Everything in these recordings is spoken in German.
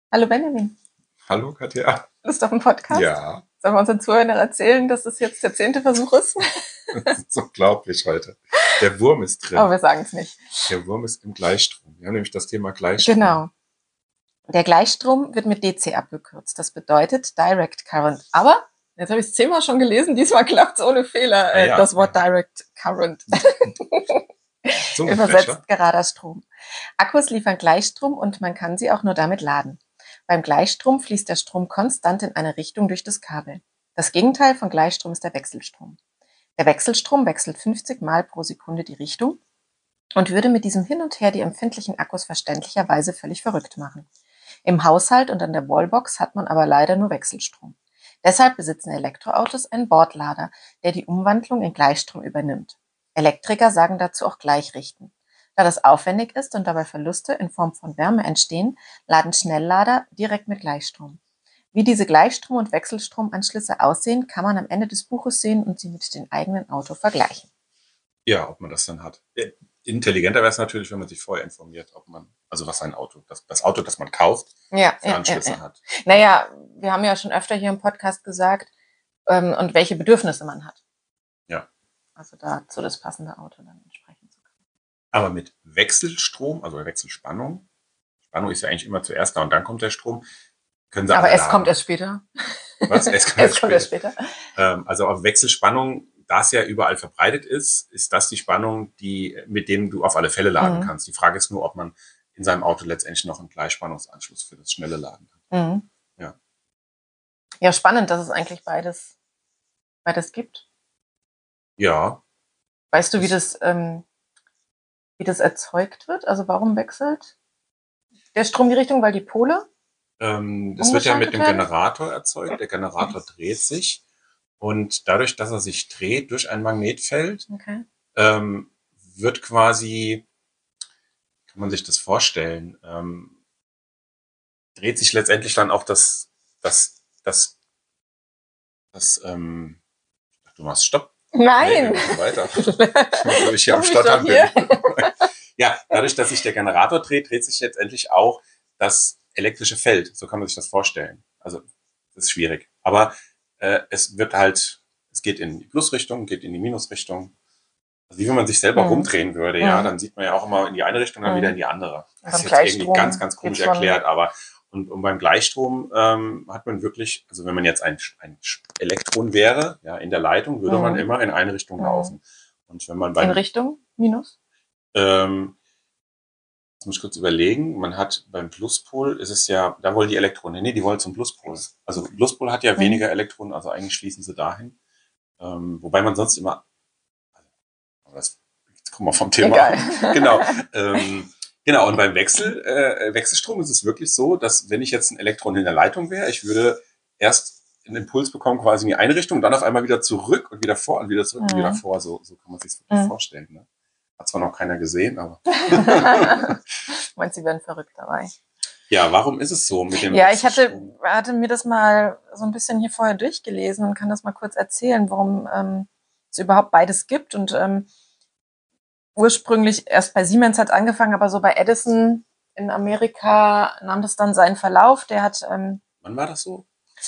Hallo Benjamin, Hallo Katja. Lust auf einen Podcast? Ja, Sollen wir unseren Zuhörern erzählen, dass es jetzt der 10. Versuch ist? das ist unglaublich heute. Der Wurm ist Aber drin. wir sagen es nicht. Der Wurm ist im Gleichstrom. Wir haben nämlich das Thema Gleichstrom. Genau. Der Gleichstrom wird mit DC abgekürzt. Das bedeutet Direct Current. Aber, jetzt habe ich es 10-mal schon gelesen, diesmal klappt es ohne Fehler, Ah ja, das Wort Direct Current. Zungenbrecher. Übersetzt gerader Strom. Akkus liefern Gleichstrom und man kann sie auch nur damit laden. Beim Gleichstrom fließt der Strom konstant in eine Richtung durch das Kabel. Das Gegenteil von Gleichstrom ist der Wechselstrom. Der Wechselstrom wechselt 50 Mal pro Sekunde die Richtung und würde mit diesem Hin und Her die empfindlichen Akkus verständlicherweise völlig verrückt machen. Im Haushalt und an der Wallbox hat man aber leider nur Wechselstrom. Deshalb besitzen Elektroautos einen Bordlader, der die Umwandlung in Gleichstrom übernimmt. Elektriker sagen dazu auch Gleichrichten. Da das aufwendig ist und dabei Verluste in Form von Wärme entstehen, laden Schnelllader direkt mit Gleichstrom. Wie diese Gleichstrom- und Wechselstromanschlüsse aussehen, kann man am Ende des Buches sehen und sie mit dem eigenen Auto vergleichen. Ja, ob man das dann hat. Intelligenter wäre es natürlich, wenn man sich vorher informiert, ob man, also was ein Auto, das Auto, das man kauft, für Anschlüsse hat. Naja, wir haben ja schon öfter hier im Podcast gesagt, und welche Bedürfnisse man hat. Ja. Also dazu das passende Auto dann entsprechend zu kaufen. Aber mit Wechselstrom, also Wechselspannung, Spannung ist ja eigentlich immer zuerst da und dann kommt der Strom, können sie Aber alle es laden. kommt erst später. Was? Es kommt erst später. Also auf Wechselspannung, da es ja überall verbreitet ist, ist das die Spannung, mit dem du auf alle Fälle laden kannst. Die Frage ist nur, ob man in seinem Auto letztendlich noch einen Gleichspannungsanschluss für das schnelle Laden hat. Ja. Ja, spannend, dass es eigentlich beides gibt. Ja. Weißt du, wie das erzeugt wird? Also warum wechselt der Strom die Richtung? Weil die Pole? Das wird ja mit dem werden? Generator erzeugt. Der Generator dreht sich und dadurch, dass er sich dreht durch ein Magnetfeld, Okay. wird quasi, kann man sich das vorstellen, dreht sich letztendlich dann auch du machst Stopp. Nein! Nee, wir machen weiter. Weil ich hier am Stottern bin. Ja, dadurch, dass sich der Generator dreht, dreht sich letztendlich auch das elektrische Feld. So kann man sich das vorstellen. Also, das ist schwierig. Aber es geht in die Plusrichtung, geht in die Minusrichtung. Also wie wenn man sich selber rumdrehen würde, ja, dann sieht man ja auch immer in die eine Richtung, dann wieder in die andere. Das ist jetzt irgendwie ganz, ganz komisch erklärt, aber und beim Gleichstrom hat man wirklich, also wenn man jetzt ein Elektron wäre, ja, in der Leitung, würde man immer in eine Richtung laufen. Und wenn man in Richtung Minus? Jetzt muss ich kurz überlegen, man hat beim Pluspol ist es ja, da wollen die Elektronen, nee, die wollen zum Pluspol. Also Pluspol hat ja weniger Elektronen, also eigentlich schließen sie dahin. Wobei man sonst immer, jetzt kommen wir vom Thema. Egal. Genau. Genau, und beim Wechselstrom ist es wirklich so, dass wenn ich jetzt ein Elektron in der Leitung wäre, ich würde erst einen Impuls bekommen, quasi in die eine Richtung, und dann auf einmal wieder zurück und wieder vor und wieder zurück und wieder vor. So kann man sich das wirklich vorstellen. Ne? Hat zwar noch keiner gesehen, aber. Meinst du, sie werden verrückt dabei? Ja, warum ist es so mit dem Ja, ich hatte mir das mal so ein bisschen hier vorher durchgelesen und kann das mal kurz erzählen, warum es überhaupt beides gibt. Und ursprünglich erst bei Siemens hat angefangen, aber so bei Edison in Amerika nahm das dann seinen Verlauf. Der hat Wann war das so?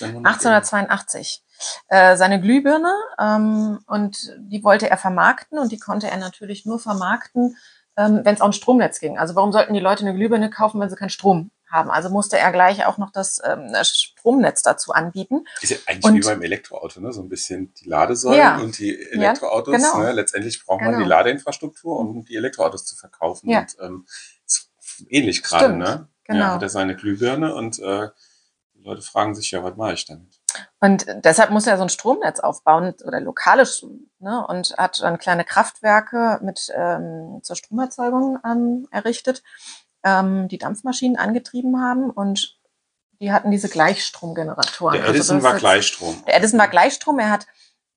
1882 seine Glühbirne und die wollte er vermarkten und die konnte er natürlich nur vermarkten, wenn es auch ein Stromnetz ging. Also warum sollten die Leute eine Glühbirne kaufen, wenn sie keinen Strom haben? Also musste er gleich auch noch das Stromnetz dazu anbieten. Ist ja eigentlich wie beim Elektroauto, ne? So ein bisschen die Ladesäulen und die Elektroautos. Ja, genau. Ne? Letztendlich braucht man die Ladeinfrastruktur, um die Elektroautos zu verkaufen. Ja. Und ist ähnlich gerade, ne? Genau. Ja, hat er seine Glühbirne und die Leute fragen sich ja, was mache ich damit? Und deshalb muss er so ein Stromnetz aufbauen oder lokales, ne, und hat dann kleine Kraftwerke mit zur Stromerzeugung errichtet, die Dampfmaschinen angetrieben haben und die hatten diese Gleichstromgeneratoren. Der Edison war Gleichstrom. Der Edison war Gleichstrom. Er hat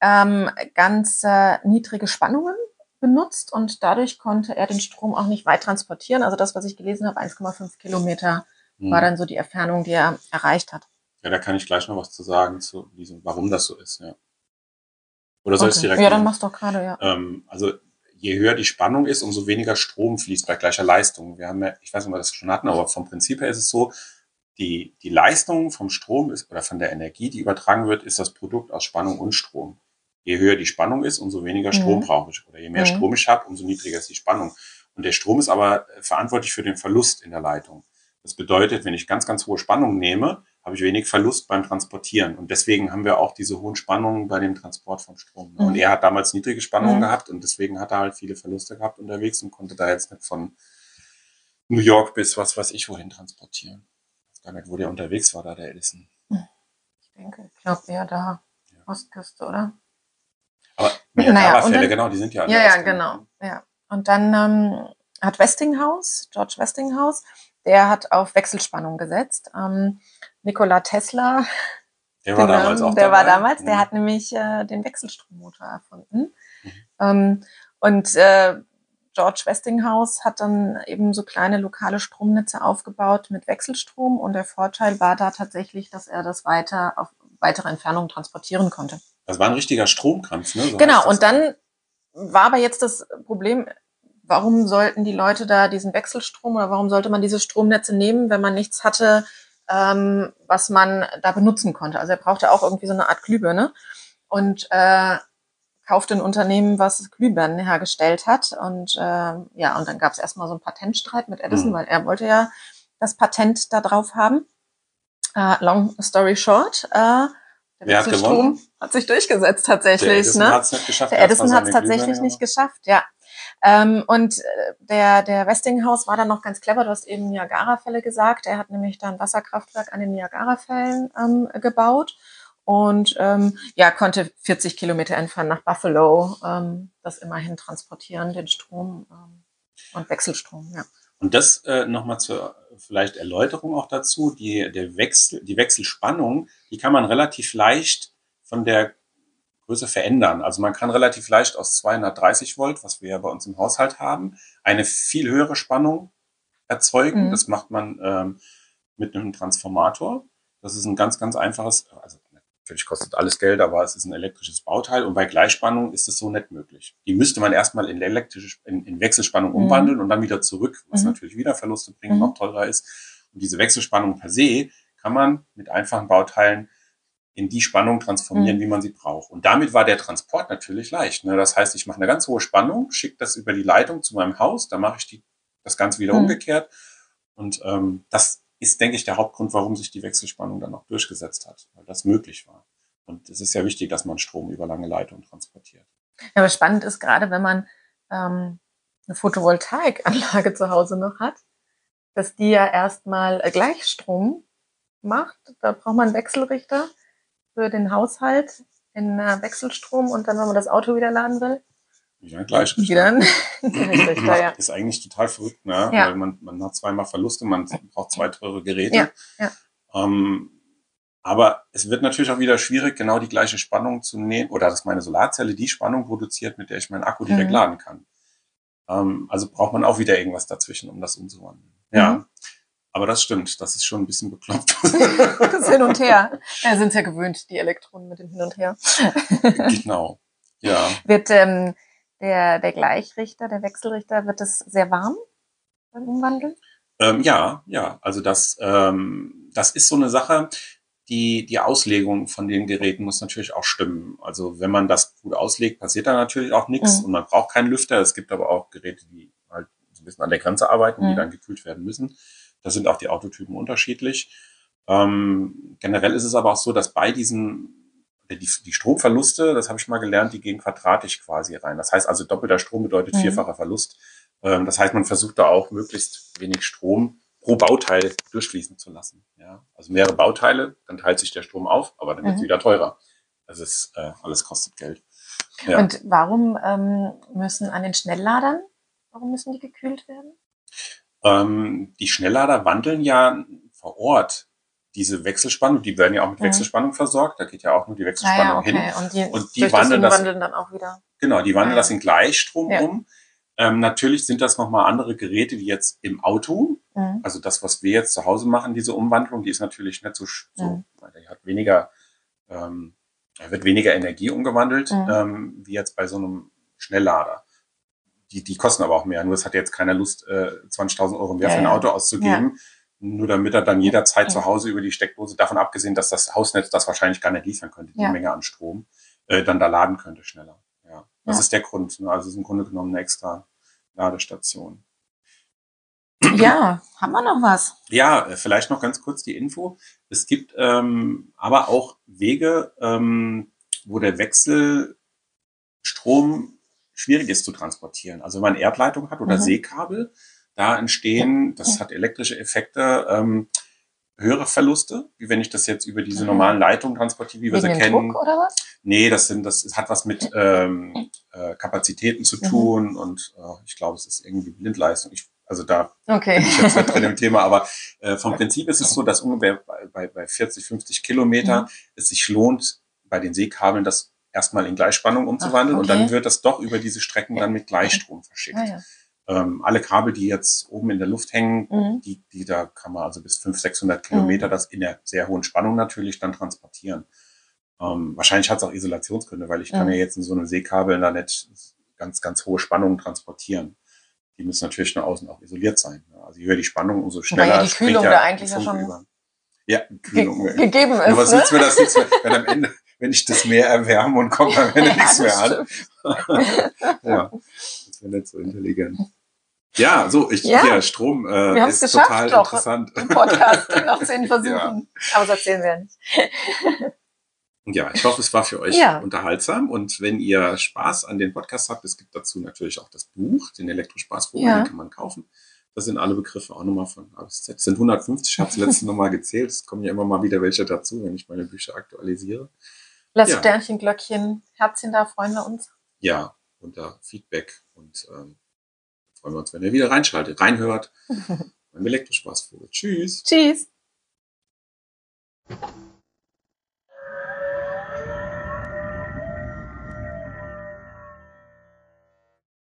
ganz niedrige Spannungen benutzt und dadurch konnte er den Strom auch nicht weit transportieren. Also das, was ich gelesen habe, 1,5 Kilometer war dann so die Entfernung, die er erreicht hat. Ja, da kann ich gleich noch was zu sagen, zu diesem, warum das so ist, ja. Oder soll ich es direkt machen? Ja, dann machst du doch gerade, ja. Also je höher die Spannung ist, umso weniger Strom fließt bei gleicher Leistung. Wir haben ja, ich weiß nicht, ob wir das schon hatten, aber vom Prinzip her ist es so, die Leistung vom Strom ist oder von der Energie, die übertragen wird, ist das Produkt aus Spannung und Strom. Je höher die Spannung ist, umso weniger Strom brauche ich. Oder je mehr Strom ich habe, umso niedriger ist die Spannung. Und der Strom ist aber verantwortlich für den Verlust in der Leitung. Das bedeutet, wenn ich ganz, ganz hohe Spannung nehme, habe ich wenig Verlust beim Transportieren. Und deswegen haben wir auch diese hohen Spannungen bei dem Transport vom Strom. Und er hat damals niedrige Spannungen gehabt und deswegen hat er halt viele Verluste gehabt unterwegs und konnte da jetzt nicht von New York bis was weiß ich wohin transportieren. Ich weiß gar nicht, wo der unterwegs war, da der Edison. Ich glaube eher da, Ostküste, oder? Aber Niagara-Fälle, genau, die sind ja alle. Ja, genau. Ja. Und dann hat George Westinghouse, der hat auf Wechselspannung gesetzt. Nikola Tesla, der war damals auch dabei. Der hat nämlich den Wechselstrommotor erfunden. Und George Westinghouse hat dann eben so kleine lokale Stromnetze aufgebaut mit Wechselstrom. Und der Vorteil war da tatsächlich, dass er das auf weitere Entfernungen transportieren konnte. Das war ein richtiger Stromkampf, ne? So genau, und dann war aber jetzt das Problem, warum sollten die Leute da diesen Wechselstrom oder warum sollte man diese Stromnetze nehmen, wenn man nichts hatte, was man da benutzen konnte. Also er brauchte auch irgendwie so eine Art Glühbirne und kaufte ein Unternehmen, was Glühbirnen hergestellt hat. Und und dann gab es erstmal so einen Patentstreit mit Edison, weil er wollte ja das Patent da drauf haben. Long story short, wer hat gewonnen? Hat sich durchgesetzt tatsächlich. Der Edison hat es nicht geschafft. Der Edison hat es tatsächlich nicht geschafft, ja. Und der Westinghouse war dann noch ganz clever. Du hast eben Niagara-Fälle gesagt. Er hat nämlich da ein Wasserkraftwerk an den Niagara-Fällen gebaut und konnte 40 Kilometer entfernt nach Buffalo das immerhin transportieren, den Strom und Wechselstrom, ja. Und das nochmal zur vielleicht Erläuterung auch dazu. Die Wechselspannung, die kann man relativ leicht von der Größe verändern. Also man kann relativ leicht aus 230 Volt, was wir ja bei uns im Haushalt haben, eine viel höhere Spannung erzeugen. Das macht man mit einem Transformator. Das ist ein ganz, ganz einfaches, also natürlich kostet alles Geld, aber es ist ein elektrisches Bauteil und bei Gleichspannung ist es so nicht möglich. Die müsste man erstmal in Wechselspannung umwandeln und dann wieder zurück, was natürlich wieder Verluste bringt, noch teurer ist. Und diese Wechselspannung per se kann man mit einfachen Bauteilen in die Spannung transformieren, wie man sie braucht. Und damit war der Transport natürlich leicht. Ne? Das heißt, ich mache eine ganz hohe Spannung, schicke das über die Leitung zu meinem Haus, dann mache ich das Ganze wieder umgekehrt. Und das ist, denke ich, der Hauptgrund, warum sich die Wechselspannung dann auch durchgesetzt hat, weil das möglich war. Und es ist ja wichtig, dass man Strom über lange Leitungen transportiert. Ja, aber spannend ist gerade, wenn man eine Photovoltaikanlage zu Hause noch hat, dass die ja erstmal Gleichstrom macht. Da braucht man einen Wechselrichter für den Haushalt in Wechselstrom und dann, wenn man das Auto wieder laden will, wieder ein Gleichrichter. Wieder ein Gleichrichter, ja. Ist eigentlich total verrückt, ne? Ja. Weil man hat zweimal Verluste, man braucht 2 teure Geräte. Ja. Aber es wird natürlich auch wieder schwierig, genau die gleiche Spannung zu nehmen oder dass meine Solarzelle die Spannung produziert, mit der ich meinen Akku direkt laden kann. Also braucht man auch wieder irgendwas dazwischen, um das umzuwandeln. Ja. Aber das stimmt, das ist schon ein bisschen bekloppt. Das Hin und Her. Ja, sind ja gewöhnt, die Elektronen mit dem Hin und Her. Genau, ja. Wird der Gleichrichter, der Wechselrichter, wird es sehr warm beim Umwandeln? Ja. Also das ist so eine Sache, die Auslegung von den Geräten muss natürlich auch stimmen. Also wenn man das gut auslegt, passiert da natürlich auch nichts und man braucht keinen Lüfter. Es gibt aber auch Geräte, die halt so ein bisschen an der Grenze arbeiten, die dann gekühlt werden müssen. Da sind auch die Autotypen unterschiedlich. Generell ist es aber auch so, dass bei die Stromverluste, das habe ich mal gelernt, die gehen quadratisch quasi rein. Das heißt also, doppelter Strom bedeutet vierfacher Verlust. Das heißt, man versucht da auch möglichst wenig Strom pro Bauteil durchfließen zu lassen. Ja? Also mehrere Bauteile, dann teilt sich der Strom auf, aber dann wird es wieder teurer. Das ist, alles kostet Geld. Ja. Und warum müssen an den Schnellladern, warum müssen die gekühlt werden? Die Schnelllader wandeln ja vor Ort diese Wechselspannung, die werden ja auch mit Wechselspannung versorgt, da geht ja auch nur die Wechselspannung hin. Und die wandeln dann auch wieder. Genau, die wandeln das in Gleichstrom um. Natürlich sind das nochmal andere Geräte wie jetzt im Auto. Also das, was wir jetzt zu Hause machen, diese Umwandlung, die ist natürlich nicht so die hat wird weniger Energie umgewandelt, wie jetzt bei so einem Schnelllader. Die kosten aber auch mehr. Nur es hat jetzt keiner Lust, 20.000 Euro mehr für ein Auto auszugeben. Nur damit er dann jederzeit zu Hause über die Steckdose, davon abgesehen, dass das Hausnetz das wahrscheinlich gar nicht liefern könnte, die Menge an Strom, dann da laden könnte schneller. Ja, das ist der Grund. Ne? Also es ist im Grunde genommen eine extra Ladestation. Ja, haben wir noch was? Ja, vielleicht noch ganz kurz die Info. Es gibt aber auch Wege, wo der Wechselstrom schwierig ist zu transportieren. Also wenn man Erdleitung hat oder Seekabel, da entstehen, das hat elektrische Effekte, höhere Verluste, wie wenn ich das jetzt über diese normalen Leitungen transportiere, wie wir sie kennen. Druck oder was? Nee, das hat was mit Kapazitäten zu tun und ich glaube, es ist irgendwie Blindleistung. Also da bin ich jetzt nicht drin im Thema, aber vom Prinzip ist es so, dass ungefähr bei 40, 50 Kilometer es sich lohnt, bei den Seekabeln das erstmal in Gleichspannung umzuwandeln und dann wird das doch über diese Strecken dann mit Gleichstrom verschickt. Alle Kabel, die jetzt oben in der Luft hängen, die da kann man also bis 500, 600 Kilometer das in der sehr hohen Spannung natürlich dann transportieren. Wahrscheinlich hat es auch Isolationsgründe, weil ich kann ja jetzt in so einem Seekabel da nicht ganz, ganz hohe Spannungen transportieren. Die müssen natürlich nach außen auch isoliert sein. Also je höher die Spannung, umso schneller. Weil die Kühlung da eigentlich ja schon Kühlung gegeben ist. Nur was nützt mir das nichts mehr, wenn am Ende, wenn ich das Meer erwärme und kommt am Ende nichts mehr an. Ja, das wäre nicht so intelligent. Ja, so, Strom ist total interessant. Im Podcast nach 10 Versuchen. Aber das erzählen wir nicht. Ja, ich hoffe, es war für euch unterhaltsam. Und wenn ihr Spaß an den Podcast habt, es gibt dazu natürlich auch das Buch, den Elektrospaßvogel, den kann man kaufen. Da sind alle Begriffe auch nochmal von A bis Z. Es sind 150, ich habe es letzte nochmal gezählt. Es kommen ja immer mal wieder welche dazu, wenn ich meine Bücher aktualisiere. Lasst Sternchen, Glöckchen, Herzchen da, freuen wir uns. Ja, unter Feedback und freuen wir uns, wenn ihr wieder reinschaltet, reinhört beim Elektrospaßvogel. Tschüss. Tschüss.